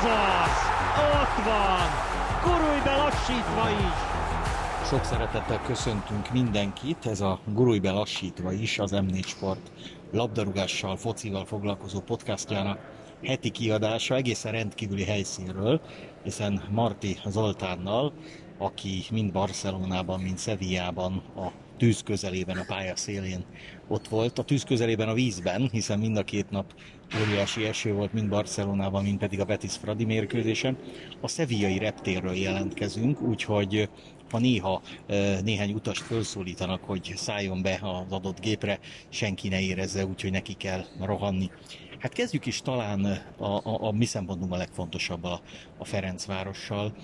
Ez az! Ott van! Gurulj be lassítva is! Sok szeretettel köszöntünk mindenkit, ez a Gurulj be lassítva is, az M4 Sport labdarúgással, focival foglalkozó podcastjának heti kiadása egészen rendkívüli helyszínről, hiszen Marti Zoltánnal, aki mind Barcelonában, mind Sevillában a tűz közelében, a pálya szélén ott volt. A tűz közelében a vízben, hiszen mind a két nap óriási eső volt, mind Barcelonában, mind pedig a Betis-Fradi mérkőzésen. A sevillai reptérről jelentkezünk, úgyhogy ha néha néhány utast felszólítanak, hogy szálljon be az adott gépre, senki ne érezze, úgyhogy neki kell rohanni. Hát kezdjük is talán a mi szempontunkban a legfontosabb a Ferencvárossal.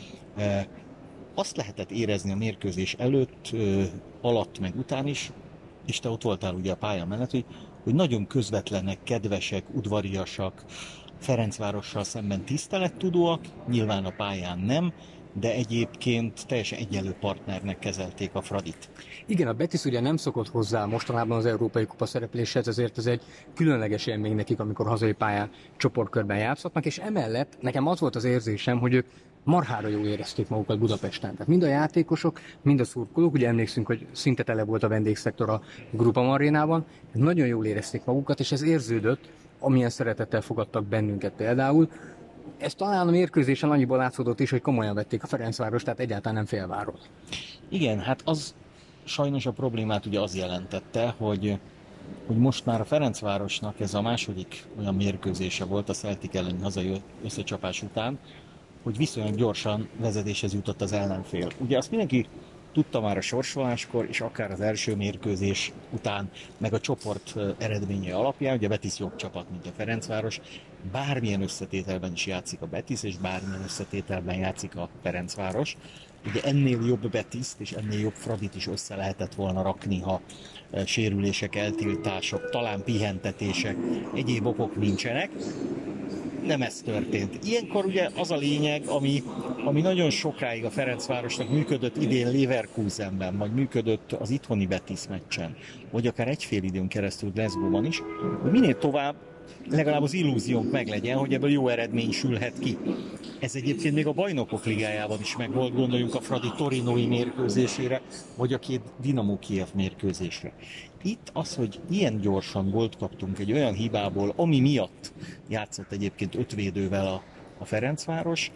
Azt lehetett érezni a mérkőzés előtt, alatt, meg után is, és te ott voltál ugye a pálya mellett, hogy nagyon közvetlenek, kedvesek, udvariasak, Ferencvárossal szemben tisztelettudóak, nyilván a pályán nem, de egyébként teljesen egyenlő partnernek kezelték a Fradit. Igen, a Betis ugye nem szokott hozzá mostanában az Európai Kupa szerepléshez, ezért ez egy különleges élmény nekik, amikor hazai pályán csoportkörben játszhatnak, és emellett nekem az volt az érzésem, hogy ők marhára jól érezték magukat Budapesten. Tehát mind a játékosok, mind a szurkolók, ugye emlékszünk, hogy szinte tele volt a vendégszektor a Groupama arénában, nagyon jól érezték magukat, és ez érződött, amilyen szeretettel fogadtak bennünket például. Ez talán a mérkőzésen annyiból látszódott is, hogy komolyan vették a Ferencvárost, tehát egyáltalán nem félváról. Igen, hát az sajnos a problémát ugye az jelentette, hogy most már a Ferencvárosnak ez a második olyan mérkőzése volt a Celtic elleni hazai összecsapás után, hogy viszonylag gyorsan vezetéshez jutott az ellenfél. Ugye azt mindenki tudta már a sorsoláskor, és akár az első mérkőzés után, meg a csoport eredménye alapján, ugye a Betis jobb csapat, mint a Ferencváros, bármilyen összetételben is játszik a Betis, és bármilyen összetételben játszik a Ferencváros. Ugye ennél jobb Betiszt és ennél jobb Fradit is össze lehetett volna rakni, ha sérülések, eltiltások, talán pihentetések, egyéb okok nincsenek. Nem ez történt. Ilyenkor ugye az a lényeg, ami nagyon sokáig a Ferencvárosnak működött idén Leverkusenben, vagy működött az itthoni Betis meccsen, vagy akár egy fél időn keresztül Glasgow-ban is, hogy minél tovább legalább az illúziónk meglegyen, hogy ebből jó eredmény sülhet ki. Ez egyébként még a Bajnokok Ligájában is megvolt, gondoljunk a Fradi torinói mérkőzésére, vagy a két Dinamo Kijev mérkőzésre. Itt az, hogy ilyen gyorsan gólt kaptunk egy olyan hibából, ami miatt játszott egyébként 5 védővel a Ferencváros,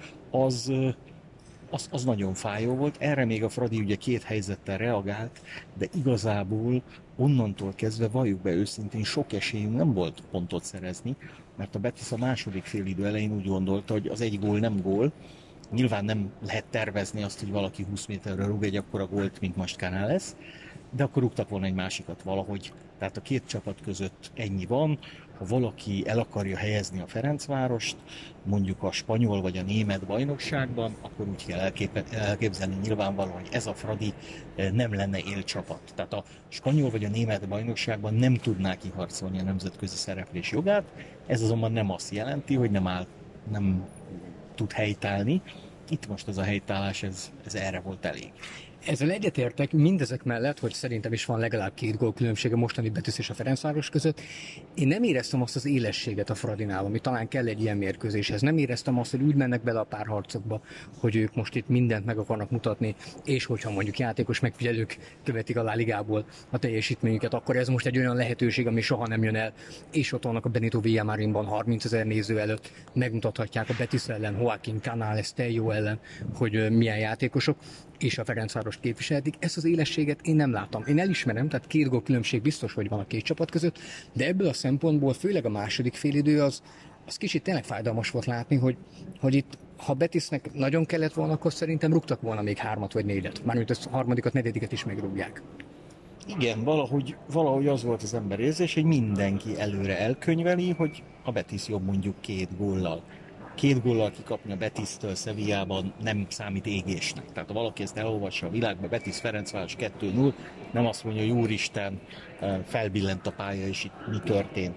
az nagyon fájó volt. Erre még a Fradi ugye 2 helyzettel reagált, de igazából onnantól kezdve, valljuk be őszintén, sok esélyünk nem volt pontot szerezni, mert a Betis a második félidő elején úgy gondolta, hogy az egy gól nem gól. Nyilván nem lehet tervezni azt, hogy valaki 20 méterre rúg egy akkora gólt, mint most Canales, de akkor rúgtak volna egy másikat valahogy. Tehát a két csapat között ennyi van. Ha valaki el akarja helyezni a Ferencvárost, mondjuk a spanyol vagy a német bajnokságban, akkor úgy kell elképzelni nyilvánvalóan, hogy ez a Fradi nem lenne élcsapat. Tehát a spanyol vagy a német bajnokságban nem tudná kiharcolni a nemzetközi szereplés jogát, ez azonban nem azt jelenti, hogy nem tud helytállni. Itt most ez a helytállás, ez erre volt elég. Ezzel egyetértek mindezek mellett, hogy szerintem is van legalább 2 gól különbség a mostani Betis és a Ferencváros között. Én nem éreztem azt az élességet a Fradinál, ami talán kell egy ilyen mérkőzéshez. Nem éreztem azt, hogy úgy mennek bele a párharcokba, hogy ők most itt mindent meg akarnak mutatni, és hogyha mondjuk játékos megfigyelők követik a La Ligából a teljesítményüket, akkor ez most egy olyan lehetőség, ami soha nem jön el, és ott vannak a Benito Villamarinban 30 000 néző előtt, megmutathatják a Betis ellen, Joaquín Canales, Tello ellen, hogy milyen játékosok, és a Ferencváros képviselhetik. Ezt az élességet én nem látom. Én elismerem, tehát 2 gól különbség biztos, hogy van a két csapat között, de ebből a szempontból főleg a második félidő az kicsit tényleg fájdalmas volt látni, hogy itt, ha Betisnek nagyon kellett volna, akkor szerintem rúgtak volna még 3 vagy 4-et. Mármint a harmadikat, negyediket is megrúgják. Igen, valahogy az volt az ember érzés, hogy mindenki előre elkönyveli, hogy a Betis jobb mondjuk 2 góllal. 2 góllal kikapni a Betisztől Sevillában nem számít égésnek. Tehát ha valaki ezt elolvassa a világban, Betis Ferencváros 2-0, nem azt mondja, hogy úristen, felbillent a pálya, és itt mi történt.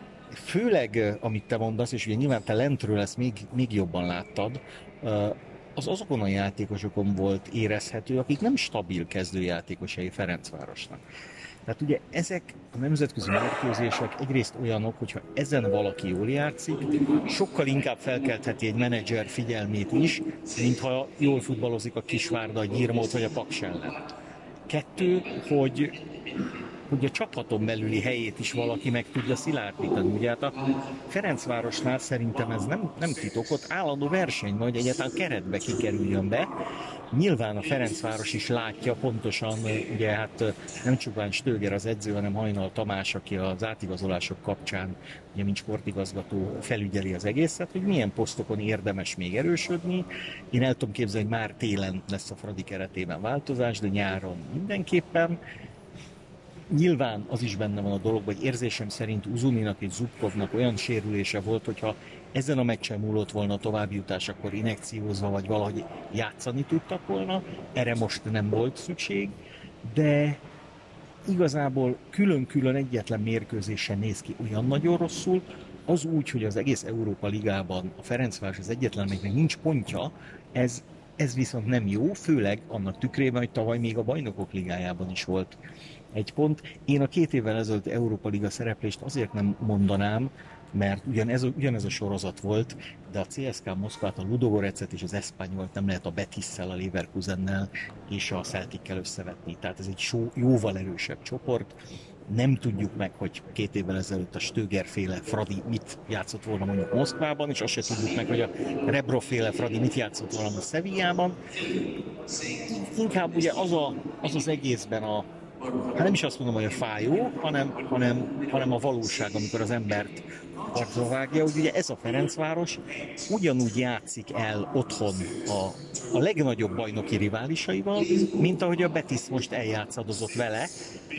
Főleg, amit te mondasz, és ugye nyilván te lentről ezt még jobban láttad, az azokon a játékosokon volt érezhető, akik nem stabil kezdőjátékosai Ferencvárosnak. Tehát ugye ezek a nemzetközi mérkőzések egyrészt olyanok, hogyha ezen valaki jól játszik, sokkal inkább felkeltheti egy menedzser figyelmét is, mintha jól futballozik a Kisvárda, a Gyirmót vagy a Paks ellen. Kettő, hogy a csapaton belüli helyét is valaki meg tudja szilárdítani. Ugye hát a Ferencvárosnál szerintem ez nem titok, ott állandó verseny van, hogy egyáltalán keretbe kikerüljön be. Nyilván a Ferencváros is látja pontosan, ugye hát nem csupán Stöger az edző, hanem Hajnal Tamás, aki az átigazolások kapcsán, ugye mint sportigazgató felügyeli az egészet, hogy milyen posztokon érdemes még erősödni. Én el tudom képzelni, hogy már télen lesz a Fradi keretében változás, de nyáron mindenképpen. Nyilván az is benne van a dologban, hogy érzésem szerint Uzuninak és Zubkovnak olyan sérülése volt, hogyha ezen a meccsen múlott volna a továbbjutás, akkor injekciózva vagy valahogy játszani tudtak volna. Erre most nem volt szükség, de igazából külön-külön egyetlen mérkőzésen néz ki olyan nagyon rosszul, az úgy, hogy az egész Európa Ligában a Ferencváros az egyetlen, amelyiknek nincs pontja, ez viszont nem jó, főleg annak tükrében, hogy tavaly még a Bajnokok Ligájában is volt egy pont. Én a 2 évvel ezelőtt Európa Liga szereplést azért nem mondanám, mert ugyanez a sorozat volt, de a CSKA Moszkvát, a Ludogorecet és az Espanyolt nem lehet a Betisszel, a Leverkusennel és a Celtickel összevetni. Tehát ez egy jóval erősebb csoport. Nem tudjuk meg, hogy 2 évvel ezelőtt a Stöger-féle Fradi mit játszott volna mondjuk Moszkvában, és azt se tudjuk meg, hogy a Rebrov-féle Fradi mit játszott volna a Sevillában. Inkább ugye az az egészben hát nem is azt mondom, hogy a fájó, hanem a valóság, amikor az embert harcba vágja, hogy ugye ez a Ferencváros ugyanúgy játszik el otthon a legnagyobb bajnoki riválisaival, mint ahogy a Betis most eljátszadozott vele.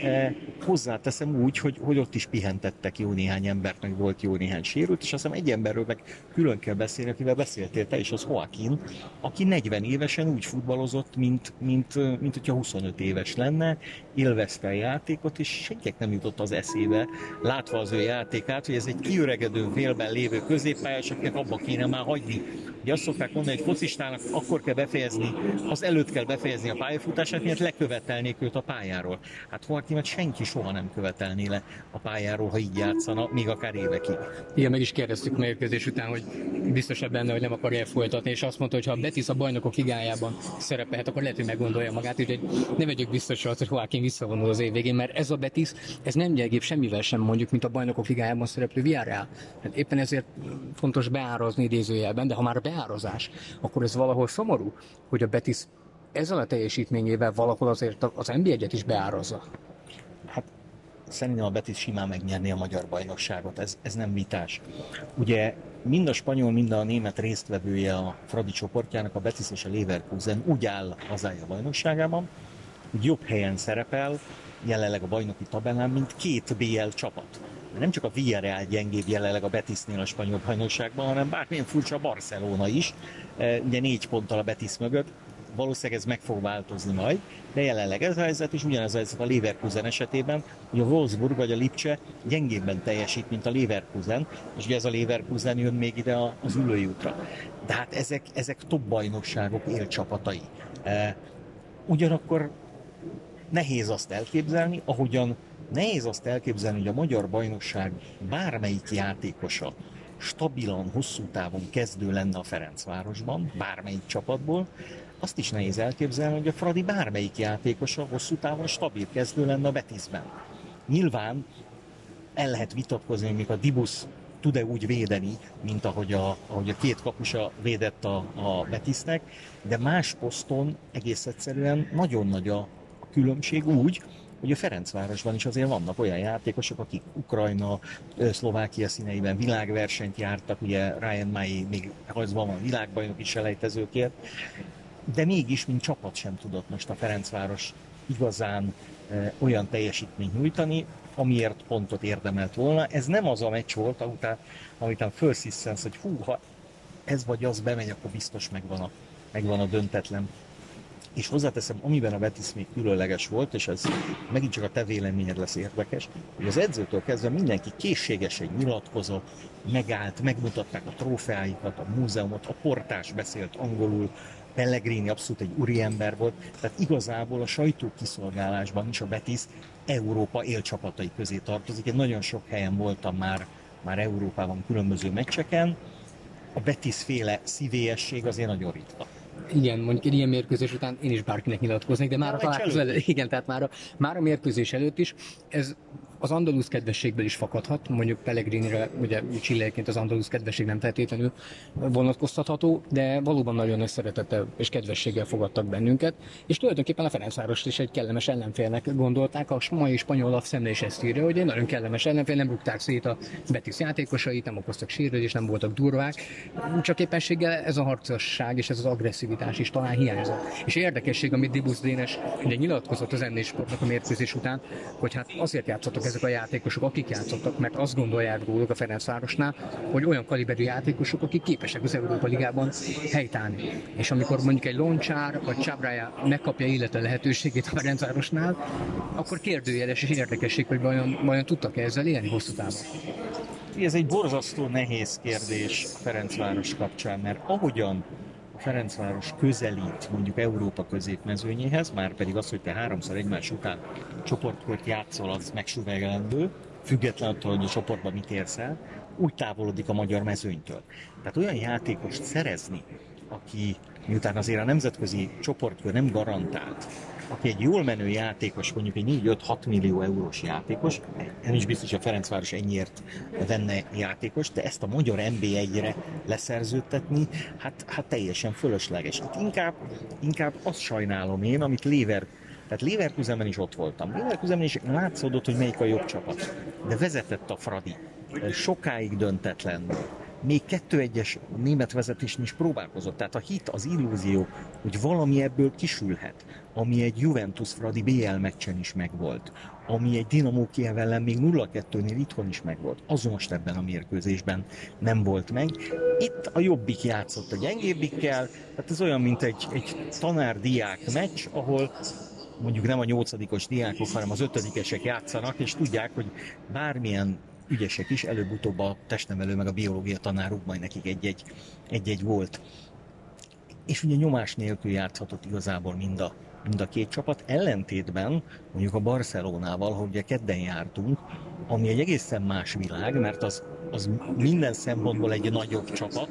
Hozzáteszem úgy, hogy ott is pihentettek jó néhány embert, meg volt jó néhány sérült, és azt hiszem egy emberről meg külön kell beszélni, akivel beszéltél te is, az Joaquin, aki 40 évesen úgy futballozott, mint hogyha 25 éves lenne, élvezte a játékot, és senkinek nem jutott az eszébe, látva az ő játékát, hogy ez egy kiöregedő vélben lévő középpályás, akinek abba kéne már hagyni. Ugye azt szokták mondani, hogy focistának akkor kell befejezni, az előtt kell befejezni a pályafutását, miért lekövetelnék őt a pályáról. Hát Joaquimet senki soha nem követelné le a pályáról, ha így játszana, még akár évekig. Igen, meg is kérdeztük a mérkőzés után, hogy biztosabb benne, hogy nem akarja folytatni, és azt mondta, hogy ha a Betis a Bajnokok Ligájában szerepelhet, akkor lehet, hogy meggondolja magát, úgyhogy ne vegyük biztosra azt, hogy Joaquin visszavonul az év végén, mert ez a Betis, ez nem gyengébb semmivel sem mondjuk, mint a Bajnokok Ligájában szereplő Villarreal. Hát éppen ezért fontos beárazni idézőjelben, de ha már beárazás, akkor ez valahol szomorú, hogy a Betis ezzel a teljesítményével valahol azért az NB1-et is beárazza. Hát szerintem a Betis simán megnyerné a magyar bajnokságot, ez nem vitás. Ugye mind a spanyol, mind a német résztvevője a Fradi csoportjának, a Betis és a Leverkusen úgy áll hazája bajnokságában, hogy jobb helyen szerepel jelenleg a bajnoki tabellán, mint 2 BL csapat. De nem csak a Villarreal gyengébb jelenleg a Betisnél a spanyol bajnokságban, hanem bármilyen furcsa a Barcelona is, ugye 4 ponttal a Betis mögött. Valószínűleg ez meg fog változni majd, de jelenleg ez a helyzet, és ugyanez a helyzet a Leverkusen esetében, hogy a Wolfsburg vagy a Lipcse gyengébben teljesít, mint a Leverkusen, és ugye ez a Leverkusen jön még ide az ülői útra. De hát ezek top bajnokságok élcsapatai. Ugyanakkor nehéz azt elképzelni, ahogyan nehéz azt elképzelni, hogy a magyar bajnokság bármelyik játékosa stabilan, hosszú távon kezdő lenne a Ferencvárosban, bármelyik csapatból, azt is nehéz elképzelni, hogy a Fradi bármelyik játékosa hosszú távon stabil kezdő lenne a Betisben. Nyilván el lehet vitatkozni, hogy még a Dibus tud-e úgy védeni, mint ahogy a 2 kapusa védett a Betisnek, de más poszton egész egyszerűen nagyon nagy a különbség úgy, hogy a Ferencvárosban is azért vannak olyan játékosok, akik Ukrajna, Szlovákia színeiben világversenyt jártak, ugye Ryan Mai még harcban van világbajnoki selejtezőkért, de mégis, mint csapat sem tudott most a Ferencváros igazán olyan teljesítményt nyújtani, amiért pontot érdemelt volna. Ez nem az a meccs volt, amitán felszisszensz, hogy hú, ha ez vagy az bemegy, akkor biztos megvan a döntetlen. És hozzáteszem, amiben a Betis még különleges volt, és ez megint csak a te véleményed lesz érdekes, hogy az edzőtől kezdve mindenki készségesen nyilatkozott, megállt, megmutatták a trófeáikat, a múzeumot, a portás beszélt angolul, Pellegrini abszolút egy úriember volt, tehát igazából a sajtókiszolgálásban is a Betis Európa élcsapatai közé tartozik. Én nagyon sok helyen voltam már Európában különböző meccseken. A Betis féle szívélyesség azért nagyon ritka. Igen, mondjuk egy ilyen mérkőzés után én is bárkinek nyilatkoznék, de már a találkozó előtt, igen, tehát már a mérkőzés előtt is ez az andalusz kedvességből is fakadhat, mondjuk Pellegrinire, ugye Chilléként az andalusz kedvesség nem feltétlenül vonatkoztatható, de valóban nagyon nagy szeretettel és kedvességgel fogadtak bennünket, és tulajdonképpen a Ferencvárost is egy kellemes ellenfélnek gondolták, a mai spanyol lapszemle is ezt írja, hogy egy nagyon kellemes ellenfél, nem rúgták szét a Betis játékosait, nem okoztak sérülést, nem voltak durvák, csak éppenséggel ez a harcosság és ez az agresszivitás is talán hiányzott. És érdekesség, amit Dibusz Dénes ugye nyilatkozott az N4 Sportnak a mérkőzés után, hogy hát azért játszottak ezek a játékosok, akik játszottak, mert azt gondolják róluk a Ferencvárosnál, hogy olyan kaliberű játékosok, akik képesek az Európa Ligában helytállni. És amikor mondjuk egy Loncsár vagy Csábrája megkapja élete lehetőségét a Ferencvárosnál, akkor kérdőjeles és érdekesség, hogy vajon tudtak-e ezzel élni hosszú távon. Ez egy borzasztó nehéz kérdés a Ferencváros kapcsán, mert ahogyan a Ferencváros közelít mondjuk Európa középmezőnyéhez, már pedig az, hogy te háromszor egymás után csoportkört játszol, az megsüvegelendő, független attól, hogy a csoportban mit érsz el, úgy távolodik a magyar mezőnytől. Tehát olyan játékost szerezni, aki miután azért a nemzetközi csoportkör nem garantált, aki egy jól menő játékos, mondjuk egy 4-5-6 millió eurós játékos, nem is biztos, hogy a Ferencváros ennyiért venne játékos, de ezt a magyar NB1-re leszerződtetni, hát teljesen fölösleges. Itt inkább azt sajnálom én, amit tehát Leverkusenben is ott voltam. Leverkusenben is látszódott, hogy melyik a jobb csapat. De vezetett a Fradi. Sokáig döntetlen. Még 2-1-es német vezetésnél is próbálkozott. Tehát a hit, az illúzió, hogy valami ebből kisülhet, ami egy Juventus-Fradi BL meccsen is megvolt, ami egy Dinamo Kijev ellen még 0-2-nél itthon is megvolt, az most ebben a mérkőzésben nem volt meg. Itt a jobbik játszott a gyengébbikkel, tehát ez olyan, mint egy tanár-diák meccs, ahol mondjuk nem a 8-os diákok, hanem az 5-esek játszanak, és tudják, hogy bármilyen ügyesek is, előbb-utóbb a testnevelő meg a biológia tanáruk majd nekik egy-egy volt. És ugye nyomás nélkül játszhatott igazából mind a két csapat, ellentétben mondjuk a Barcelonával, hogy ugye kedden jártunk, ami egy egészen más világ, mert az minden szempontból egy nagyobb csapat,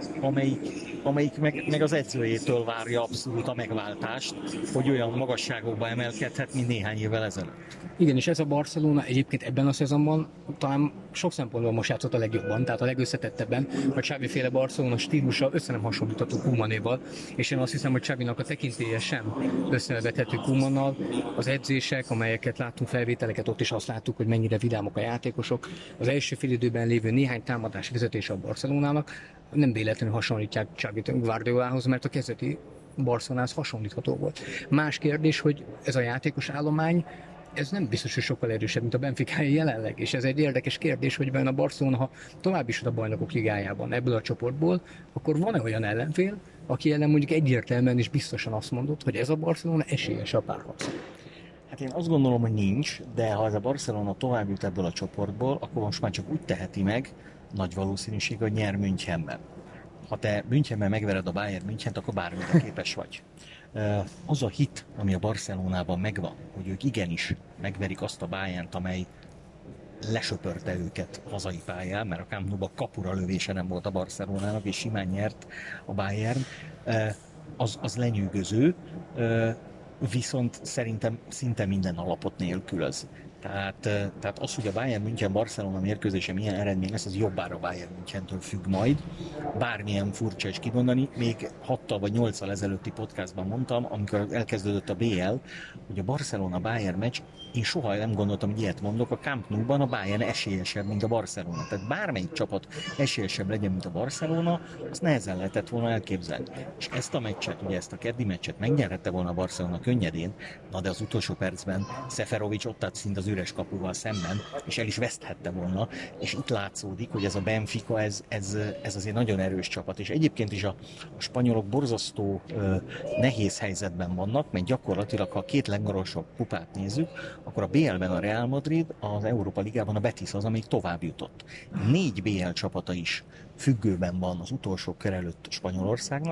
amelyik meg az edzőjétől várja abszolút a megváltást, hogy olyan magasságokba emelkedhet, mint néhány évvel ezelőtt. Igen, és ez a Barcelona egyébként ebben a szezonban talán sok szempontból most játszott a legjobban, tehát a legösszetettebben. A Xavi-féle Barcelona stílusa össze nem hasonlítható Koemanéval, és én azt hiszem, hogy Xavinak a tekintélye sem összevethető Koemannal. Az edzések, amelyeket láttunk, felvételeket, ott is azt láttuk, hogy mennyire vidámok a játékosok. Az első félidőben lévő néhány támadás vezetése a Barcelonának nem véletlenül hasonlítják Xavit Guardiolához, mert a kezdeti Barcelonához hasonlítható volt. Más kérdés, hogy ez a játékos állomány, ez nem biztos, hogy sokkal erősebb, mint a Benficái jelenleg, és ez egy érdekes kérdés, hogy a Barcelona, ha tovább is a Bajnokok Ligájában ebből a csoportból, akkor van-e olyan ellenfél, aki ellen mondjuk egyértelműen és biztosan azt mondott, hogy ez a Barcelona esélyes a párharc? Hát én azt gondolom, hogy nincs, de ha ez a Barcelona tovább jut ebből a csoportból, akkor most már csak úgy teheti meg, nagy valószínűség, hogy nyer Münchenben. Ha te Münchenben megvered a Bayern Münchent, akkor bármire képes vagy. Az a hit, ami a Barcelonában megvan, hogy ők igenis megverik azt a Bayernt, amely lesöpörte őket hazai pályán, mert a Camp Nou-ban kapura lövése nem volt a Barcelonának, és simán nyert a Bayern, az lenyűgöző, viszont szerintem szinte minden alapot nélkülöz. Tehát az, hogy a Bayern München-Barcelona mérkőzése milyen eredmény lesz, az jobbára a Bayern Münchentől függ majd. Bármilyen furcsa is kimondani, még 6-tal vagy 8-tal ezelőtti podcastban mondtam, amikor elkezdődött a BL, hogy a Barcelona-Bayern meccs, én soha nem gondoltam, hogy ilyet mondok, a Camp Nou-ban a Bayern esélyesebb, mint a Barcelona. Tehát bármelyik csapat esélyesebb legyen, mint a Barcelona, azt nehezen lehetett volna elképzelni. És ezt a meccset, ugye ezt a keddi meccset megnyerhette volna a Barcelona könnyedén, na de az utolsó percben Seferovic ott állt szint az üres kapuval szemben, és el is veszthette volna, és itt látszódik, hogy ez a Benfica, ez azért nagyon erős csapat, és egyébként is a spanyolok borzasztó nehéz helyzetben vannak, mert gyakorlatilag, ha a két legmagasabb kupát nézzük, akkor a BL-ben a Real Madrid, az Európa Ligában a Betis az, amelyik tovább jutott. 4 BL csapata is függőben van az utolsó kör előtt Spanyolországnak,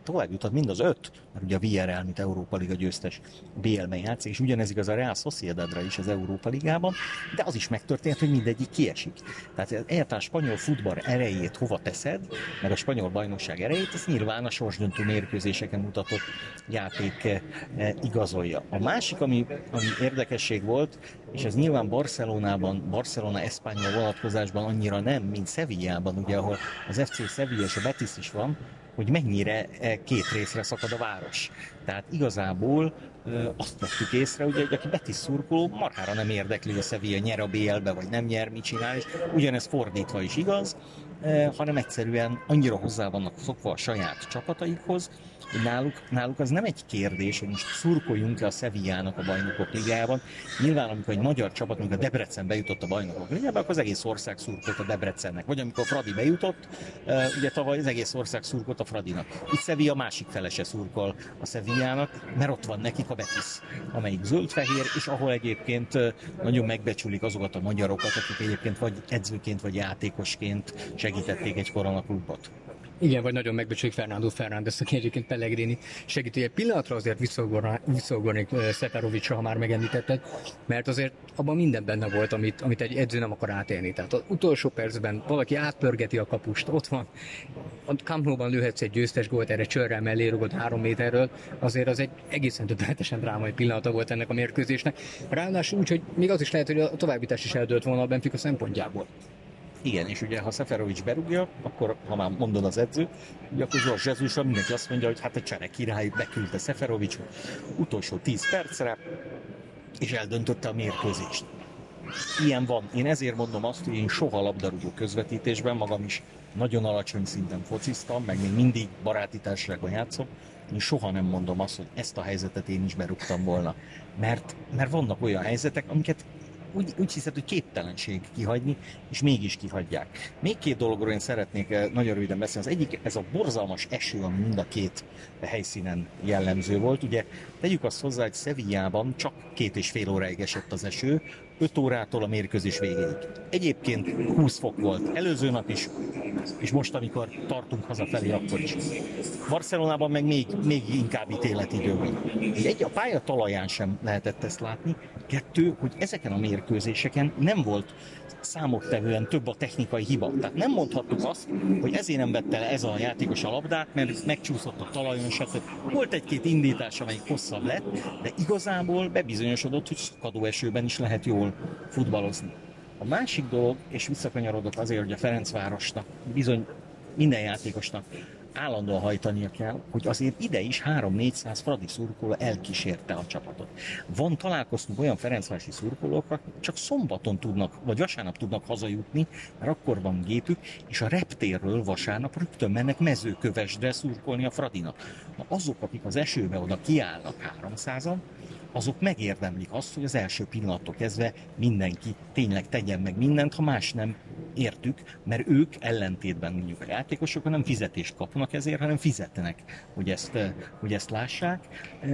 tovább jutott mind az 5, mert ugye a VRL, mint Európa Liga győztes BL-ben játszik, és ugyanez igaz a Real Sociedadra is az Európa Ligában, de az is megtörtént, hogy mindegyik kiesik. Tehát egyáltalán a spanyol futball erejét hova teszed, meg a spanyol bajnokság erejét, ez nyilván a sorsdöntő mérkőzéseken mutatott játék igazolja. A másik, ami érdekesség volt, és ez nyilván Barcelona-Espanyol vonatkozásban annyira nem, mint Sevillában, ugye, ahol az FC Sevilla és a Betis is van, hogy mennyire két részre szakad a város. Tehát igazából azt vettük észre, ugye, hogy aki Betis szurkoló, marhára nem érdekli, hogy a Sevilla nyer a BL-be, vagy nem nyer, mit csinál, és ugyanez fordítva is igaz, hanem egyszerűen annyira hozzá vannak szokva a saját csapataikhoz, hogy náluk az nem egy kérdés, hogy most szurkoljunk-e a Sevillának a Bajnokok Ligájában. Nyilván, amikor egy magyar csapat, amikor a Debrecen bejutott a Bajnokok Ligájába, akkor az egész ország szurkolt a Debrecennek. Vagy amikor a Fradi bejutott, ugye tavaly az egész ország szurkolt a Fradinak. Itt Sevilla másik felese szurkol a Sevillának, mert ott van nekik a Betis, amelyik zöld-fehér, és ahol egyébként nagyon megbecsülik azokat a magyarokat, akik egyébként vagy edzőként, vagy játékosként segítették egykoron a klubot. Igen, vagy nagyon megbecsülik Fernando Fernández, aki egyébként Pellegrini segíti. Egy pillanatra azért visszaugornék Seferovicsra, ha már megemlítetted, mert azért abban minden benne volt, amit egy edző nem akar átélni. Tehát az utolsó percben valaki átpörgeti a kapust, ott van. A Camp Nou-ban lőhetsz egy győztes gólt, erre csörrel mellé rugod 3 méterről, azért az egy egészen döbbenetesen drámai pillanata volt ennek a mérkőzésnek. Ráadásul úgy, hogy még az is lehet, hogy a továbbítás is eldőlt volna a Benfica szempontjából. Igen, és ugye ha Seferovics berúgja, akkor ha már mondod az edző, ugye akkor Jorge Jesusra mindenki azt mondja, hogy hát a csere király beküldte Seferovicsot utolsó 10 percre, és eldöntötte a mérkőzést. Ilyen van. Én ezért mondom azt, hogy én soha labdarúgó közvetítésben magam is nagyon alacsony szinten fociztam, meg még mindig baráti társaságban játszom, én soha nem mondom azt, hogy ezt a helyzetet én is berúgtam volna. Mert vannak olyan helyzetek, amiket úgy hiszed, hogy képtelenség kihagyni, és mégis kihagyják. Még 2 dologról én szeretnék nagyon röviden beszélni. Az egyik, ez a borzalmas eső, ami mind a 2 helyszínen jellemző volt. Ugye tegyük azt hozzá, hogy Sevillában csak 2,5 óráig esett az eső, 5 órától a mérkőzés végéig. Egyébként 20 fok volt előző nap is, és most, amikor tartunk hazafelé, akkor is. Barcelonában meg még inkább ítéletidő volt. A pálya talaján sem lehetett ezt látni. 2, hogy ezeken a mérkőzéseken nem volt számottevően több a technikai hiba. Tehát nem mondhattuk azt, hogy ezért nem vette le ez a játékos a labdát, mert megcsúszott a talajon, stb. Volt 1-2 indítás, amelyik hosszabb lett, de igazából bebizonyosodott, hogy szakadó esőben is lehet jól futballozni. A másik dolog, és visszakanyarodok azért, hogy a Ferencvárosnak, bizony minden játékosnak állandóan hajtania kell, hogy azért ide is 300-400 fradi szurkoló elkísérte a csapatot. Találkoztunk olyan ferencvárosi szurkolókkal, csak szombaton tudnak, vagy vasárnap tudnak hazajutni, mert akkor van gépük, és a reptérről vasárnap rögtön mennek Mezőkövesdre szurkolni a Fradinak. Na azok, akik az esőbe oda kiállnak 300-an, azok megérdemlik azt, hogy az első pillanattól kezdve mindenki tényleg tegyen meg mindent, ha más nem értük, mert ők ellentétben mondjuk a játékosok nem fizetést kapnak ezért, hanem fizetnek, hogy ezt lássák.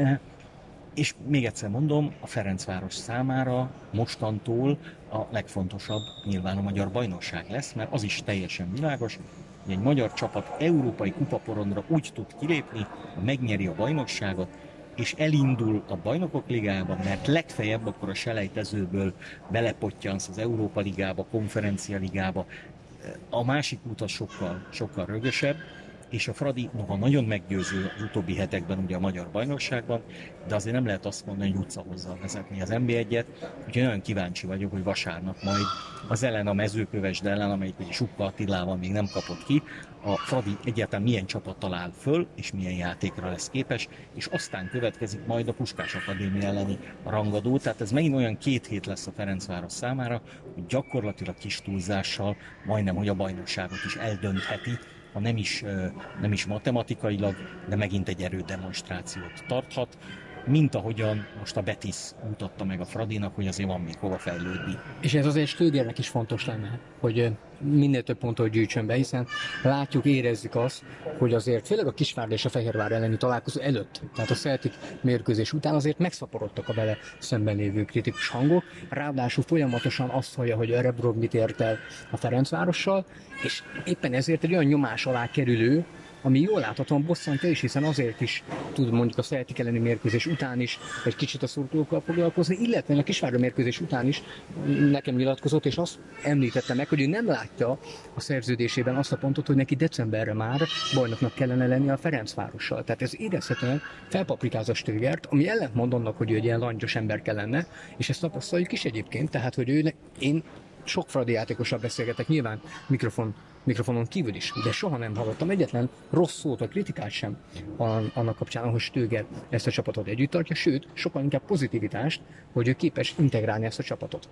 És még egyszer mondom, a Ferencváros számára mostantól a legfontosabb nyilván a magyar bajnokság lesz, mert az is teljesen világos, hogy egy magyar csapat európai kupaporondra úgy tud kilépni, ha megnyeri a bajnokságot, és elindul a Bajnokok Ligájába, mert legfeljebb akkor a selejtezőből belepottyansz az Európa Ligába, Konferencia Ligába. A másik út az sokkal rögösebb, és a Fradi noha nagyon meggyőző az utóbbi hetekben ugye a magyar bajnokságban, de azért nem lehet azt mondani, hogy utcahozzal vezetni az NB1-et, úgyhogy nagyon kíváncsi vagyok, hogy vasárnap majd az ellen a Mezőkövesd ellen, amelyik ugye Sukka Attilával még nem kapott ki, a Fradi egyáltalán milyen csapat talál föl, és milyen játékra lesz képes, és aztán következik majd a Puskás Akadémia elleni rangadó, tehát ez megint olyan 2 hét lesz a Ferencváros számára, hogy gyakorlatilag kis túlzással majdnem, hogy a bajnokságot is eldöntheti, ha nem is matematikailag, de megint egy erődemonstrációt tarthat, mint ahogyan most a Betis mutatta meg a Fradinak, hogy azért van még hova fejlődni. És ez azért Stögernek is fontos lenne, hogy minél több pontot gyűjtsön be, hiszen látjuk, érezzük azt, hogy azért főleg a Kisvárda és a Fehérvár elleni találkozó előtt, tehát a Celtic mérkőzés után azért megszaporodtak a vele szemben lévő kritikus hangok, ráadásul folyamatosan azt hallja, hogy Örebrov mit ért el a Ferencvárossal, és éppen ezért egy olyan nyomás alá kerülő, ami jól láthatóan bosszantja is, hiszen azért is tud mondjuk a Celtic elleni mérkőzés után is egy kicsit a szurkolókkal foglalkozni, illetve a Kisvárda mérkőzés után is nekem nyilatkozott, és azt említette meg, hogy ő nem látja a szerződésében azt a pontot, hogy neki decemberre már bajnoknak kellene lenni a Ferencvárossal. Tehát ez érezhetően felpaprikáz a Stögert, ami ellentmond annak, hogy ő egy ilyen langyos ember kellene, és ezt tapasztaljuk is egyébként, tehát hogy én sok Fradi játékossal beszélgetek, nyilván mikrofonon kívül is, de soha nem hallottam egyetlen rossz szót vagy kritikát sem annak kapcsán, hogy Stöger ezt a csapatot együtt tartja, sőt, sokkal inkább pozitivitást, hogy ő képes integrálni ezt a csapatot.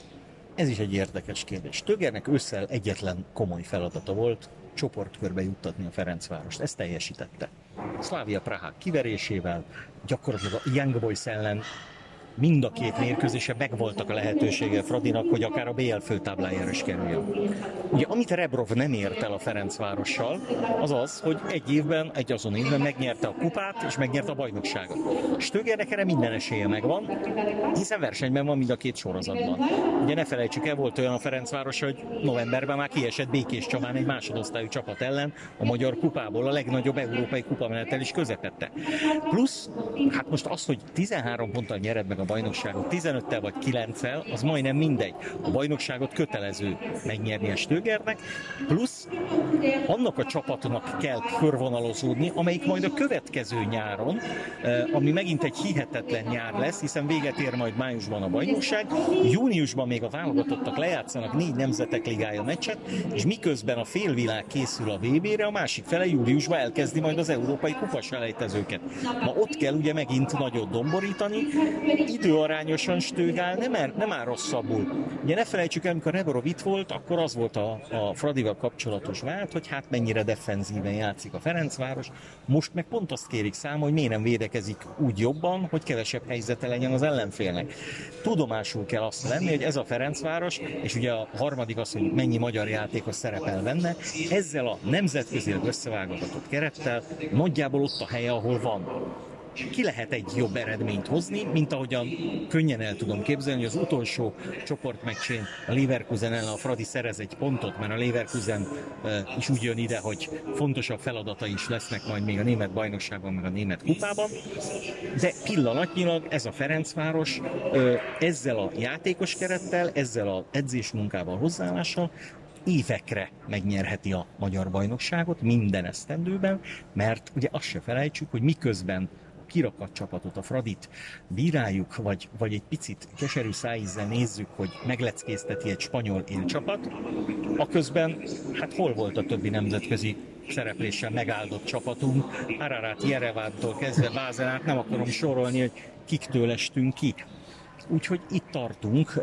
Ez is egy érdekes kérdés. Stögernek ősszel egyetlen komoly feladata volt csoportkörbe juttatni a Ferencvárost. Ezt teljesítette. Slavia Prahák kiverésével, gyakorlatilag a Young Boys ellen mind a két mérkőzése megvoltak a lehetősége Fradinak, hogy akár a BL főtáblájára is kerüljön. Ugye, amit Rebrov nem ért el a Ferencvárossal, az az, hogy egy azon évben megnyerte a kupát, és megnyerte a bajnokságot. Stögernek erre minden esélye megvan, hiszen versenyben van mind a két sorozatban. Ugye ne felejtsük el, volt olyan a Ferencváros, hogy novemberben már kiesett Békés Csabán egy másodosztályú csapat ellen a magyar kupából, a legnagyobb európai kupamenettel is közepette. Plusz, hát most az, hogy 13 ponttal nyered meg a bajnokságot 15-tel vagy 9-el, az majdnem mindegy. A bajnokságot kötelező megnyerni a Stögernek, plusz annak a csapatnak kell körvonalazódni, amelyik majd a következő nyáron, ami megint egy hihetetlen nyár lesz, hiszen véget ér majd májusban a bajnokság, júniusban még a válogatottak lejátszanak 4 nemzetek ligája meccset, és miközben a félvilág készül a VB-re, a másik fele júliusban elkezdi majd az európai kupaselejtezőket. Na ott kell ugye megint nagyot domborítani, időarányosan Stögál nem áll rosszabbul. Ugye ne felejtsük el, amikor Rebrov itt volt, akkor az volt a Fradival kapcsolatos vált, hogy hát mennyire defenzíven játszik a Ferencváros. Most meg pont azt kérik számon, hogy miért nem védekezik úgy jobban, hogy kevesebb helyzete legyen az ellenfélnek. Tudomásul kell azt lenni, hogy ez a Ferencváros, és ugye a harmadik az, hogy mennyi magyar játékos szerepel benne, ezzel a nemzetközileg összeválogatott kerettel nagyjából ott a helye, ahol van. Ki lehet egy jobb eredményt hozni, mint ahogyan könnyen el tudom képzelni, hogy az utolsó csoportmeccsén a Leverkusen ellen a Fradi szerez egy pontot, mert a Leverkusen is úgy jön ide, hogy fontosabb feladatai is lesznek majd még a német bajnokságban, meg a német kupában. De pillanatnyilag ez a Ferencváros ezzel a játékos kerettel, ezzel az edzésmunkával, hozzáállással évekre megnyerheti a magyar bajnokságot minden esztendőben, mert ugye azt se felejtsük, hogy miközben kirakat csapatot, a Fradit bíráljuk, vagy egy picit keserű szájízzel nézzük, hogy megleckézteti egy spanyol élcsapat, aközben hát hol volt a többi nemzetközi szerepléssel megáldott csapatunk, Ararat, Jerevantól kezdve Bázelát, nem akarom sorolni, hogy kiktől estünk ki. Úgyhogy itt tartunk,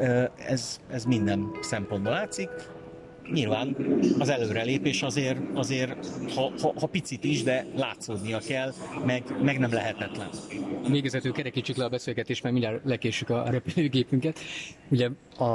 ez minden szempontból látszik. Nyilván az előrelépés azért ha picit is, de látszódnia kell, meg nem lehetetlen. Végezetül kerekítsük le a beszélgetést, mert mindjárt lekésük a repülőgépünket. Ugye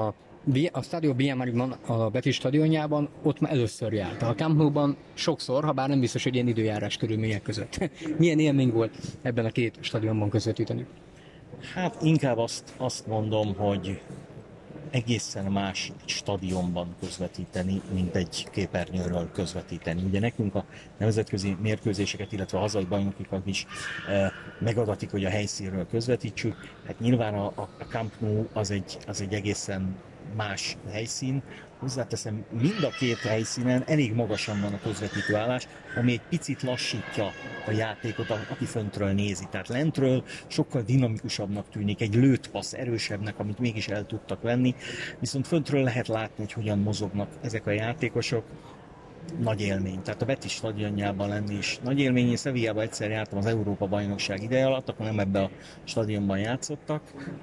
a Stadio Biamariban, a Betis stadionjában ott már először járt. A Camp Nou-ban sokszor, ha bár nem biztos, hogy ilyen időjárás körülmények között. Milyen élmény volt ebben a két stadionban közvetíteni? Hát inkább azt mondom, hogy egészen más stadionban közvetíteni, mint egy képernyőről közvetíteni. Ugye nekünk a nemzetközi mérkőzéseket, illetve a hazai bajnokikat is megadatik, hogy a helyszínről közvetítsük. Hát nyilván a Camp Nou az egy egészen más helyszín. Hozzáteszem, mind a két helyszínen elég magasan van a közvetítő állás, ami egy picit lassítja a játékot, aki föntről nézi. Tehát lentről sokkal dinamikusabbnak tűnik, egy lőtt passz erősebbnek, amit mégis el tudtak venni, viszont föntről lehet látni, hogy hogyan mozognak ezek a játékosok. Nagy élmény. Tehát a Betis stadionjában lenni is nagy élmény. Én Sevillában egyszer jártam az Európa-bajnokság ideje alatt, akkor nem ebbe a stadionban játszottak.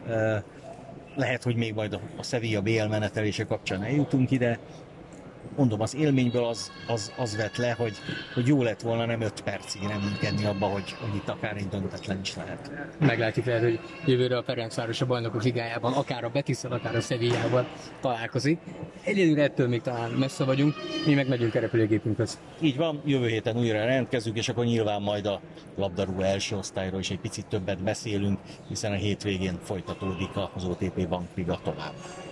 Lehet, hogy még majd a Sevilla BL menetelése kapcsán eljutunk ide. Mondom, az élményből az vett le, hogy jó lett volna nem 5 percig reménykedni abba, hogy itt akár egy döntetlen is lehet. Meglátjuk lehet, hogy jövőre a Ferencváros a Bajnokok Ligájában, akár a Betisszel, akár a Sevillával találkozik. Egyelőre ettől még talán messze vagyunk, mi meg megyünk a repülőgépünkhöz. Így van, jövő héten újra rendezünk, és akkor nyilván majd a labdarúgó első osztályról is egy picit többet beszélünk, hiszen a hétvégén folytatódik az OTP Bankliga tovább.